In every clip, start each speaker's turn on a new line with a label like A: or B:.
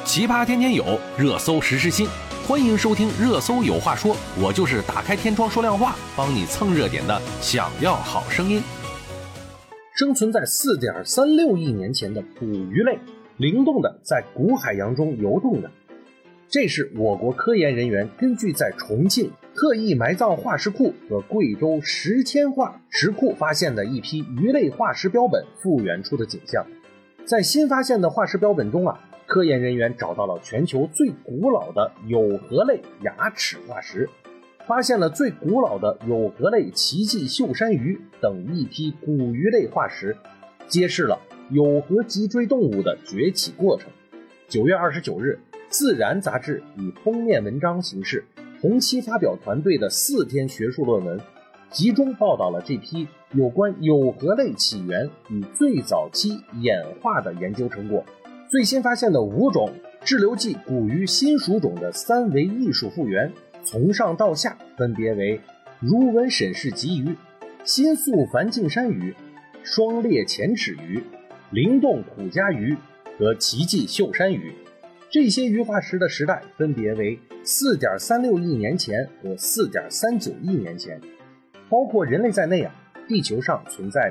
A: 奇葩天天有，热搜时时新。欢迎收听热搜有话说，我就是打开天窗说亮话，帮你蹭热点的想要好声音。生存在 4.36 亿年前的古鱼类，灵动的在古海洋中游动着。这是我国科研人员根据在重庆特异埋葬化石库和贵州石迁化石库发现的一批鱼类化石标本复原出的景象。在新发现的化石标本中科研人员找到了全球最古老的有颌类牙齿化石，发现了最古老的有颌类奇迹袖山鱼等一批古鱼类化石，揭示了有颌脊椎动物的崛起过程。9月29日，自然杂志以封面文章形式同期发表团队的4篇学术论文，集中报道了这批有关有颌类起源与最早期演化的研究成果。最新发现的5种滞留纪古鱼新属种的3维艺术复原，从上到下分别为如纹沈氏鲫鱼、新宿繁镜山鱼、双裂前齿鱼、灵动土家鱼和奇迹袖山鱼。这些鱼化石的时代分别为 4.36 亿年前和 4.39 亿年前。包括人类在内地球上存在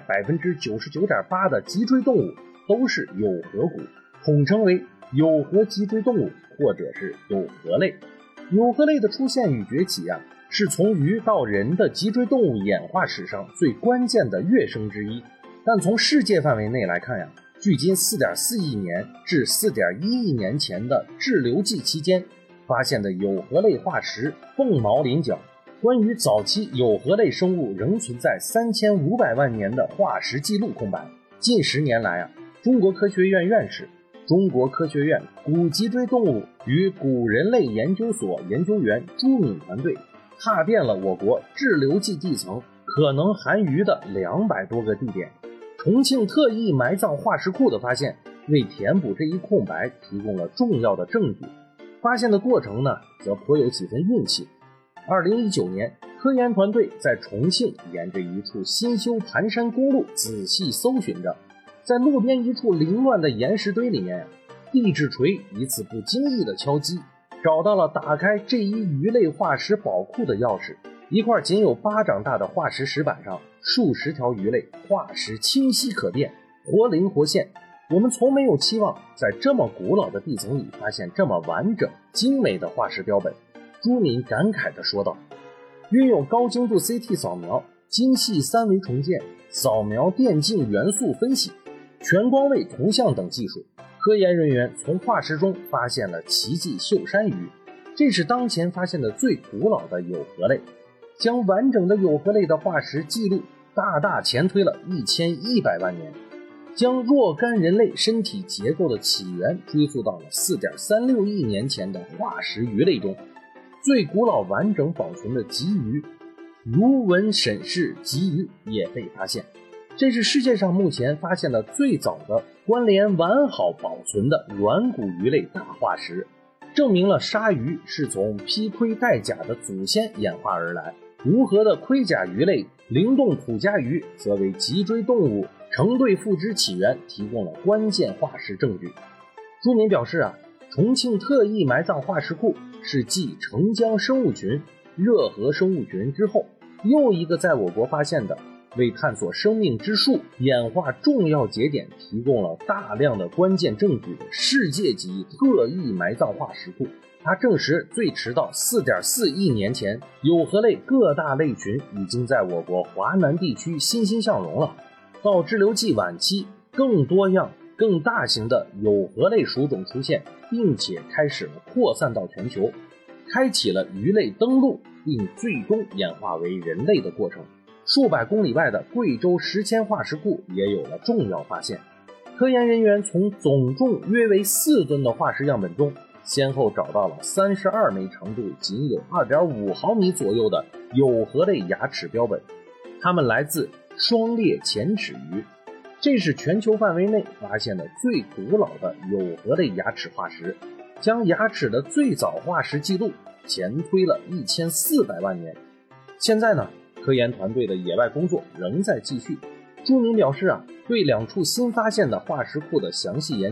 A: 99.8% 的脊椎动物都是有颌骨，统称为有颌脊椎动物或者是有颌类。有颌类的出现与崛起是从鱼到人的脊椎动物演化史上最关键的跃升之一。但从世界范围内来看距今 4.4 亿年至 4.1 亿年前的滞留纪期间发现的有颌类化石凤毛麟角。关于早期有颌类生物仍存在3500万年的化石记录空白。近10年来中国科学院院士、中国科学院古脊椎动物与古人类研究所研究员朱敏团队踏遍了我国滞留纪地层可能含鱼的200多个地点。重庆特异埋葬化石库的发现为填补这一空白提供了重要的证据。发现的过程则颇有几分运气。2019年，科研团队在重庆沿着一处新修盘山公路仔细搜寻着，在路边一处凌乱的岩石堆里面，地质锤一次不经意的敲击，找到了打开这一鱼类化石宝库的钥匙。一块仅有巴掌大的化石石板上，数十条鱼类化石清晰可辨，活灵活现。我们从没有期望在这么古老的地层里发现这么完整精美的化石标本。朱敏感慨地说道，运用高精度 CT 扫描、精细3维重建、扫描电镜元素分析、全光位图像等技术，科研人员从化石中发现了奇迹袖山鱼，这是当前发现的最古老的有颌类，将完整的有颌类的化石记录大大前推了1100万年，将若干人类身体结构的起源追溯到了 4.36 亿年前的化石鱼类中。最古老完整保存的鲫鱼如纹沈氏鲫鱼也被发现，这是世界上目前发现的最早的关联完好保存的软骨鱼类大化石，证明了鲨鱼是从披盔戴甲的祖先演化而来。无颌的盔甲鱼类灵动土家鱼则为脊椎动物成对复肢起源提供了关键化石证据。朱敏表示重庆特异埋葬化石库是继澄江生物群、热河生物群之后又一个在我国发现的为探索生命之树演化重要节点提供了大量的关键证据的世界级特异埋葬化石库。它证实最迟到 4.4 亿年前，有颌类各大类群已经在我国华南地区欣欣向荣了。到滞留纪晚期，更多样、更大型的有颌类属种出现，并且开始了扩散到全球，开启了鱼类登陆并最终演化为人类的过程。数百公里外的贵州石迁化石库也有了重要发现。科研人员从总重约为4吨的化石样本中，先后找到了32枚长度仅有 2.5 毫米左右的有颌类牙齿标本，它们来自双裂前齿鱼，这是全球范围内发现的最古老的有颌类牙齿化石，将牙齿的最早化石记录前推了1400万年。现在科研团队的野外工作仍在继续。朱敏表示对2处新发现的化石库的详细研究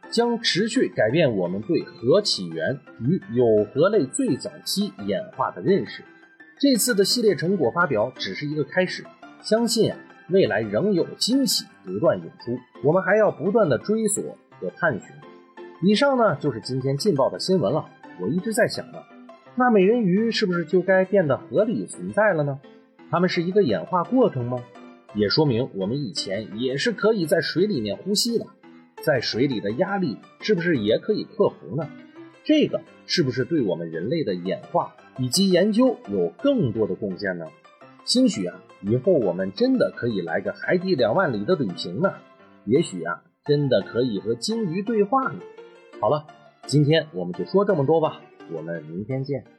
A: 将持续改变我们对核起源与有核类最早期演化的认识。这次的系列成果发表只是一个开始，相信未来仍有惊喜不断涌出，我们还要不断的追索和探寻。以上呢就是今天劲爆的新闻了。我一直在想呢，那美人鱼是不是就该变得合理存在了呢？它们是一个演化过程吗？也说明我们以前也是可以在水里面呼吸的，在水里的压力是不是也可以克服呢？这个是不是对我们人类的演化以及研究有更多的贡献呢？兴许以后我们真的可以来个海底2万里的旅行呢，也许真的可以和鲸鱼对话呢。好了，今天我们就说这么多吧，我们明天见。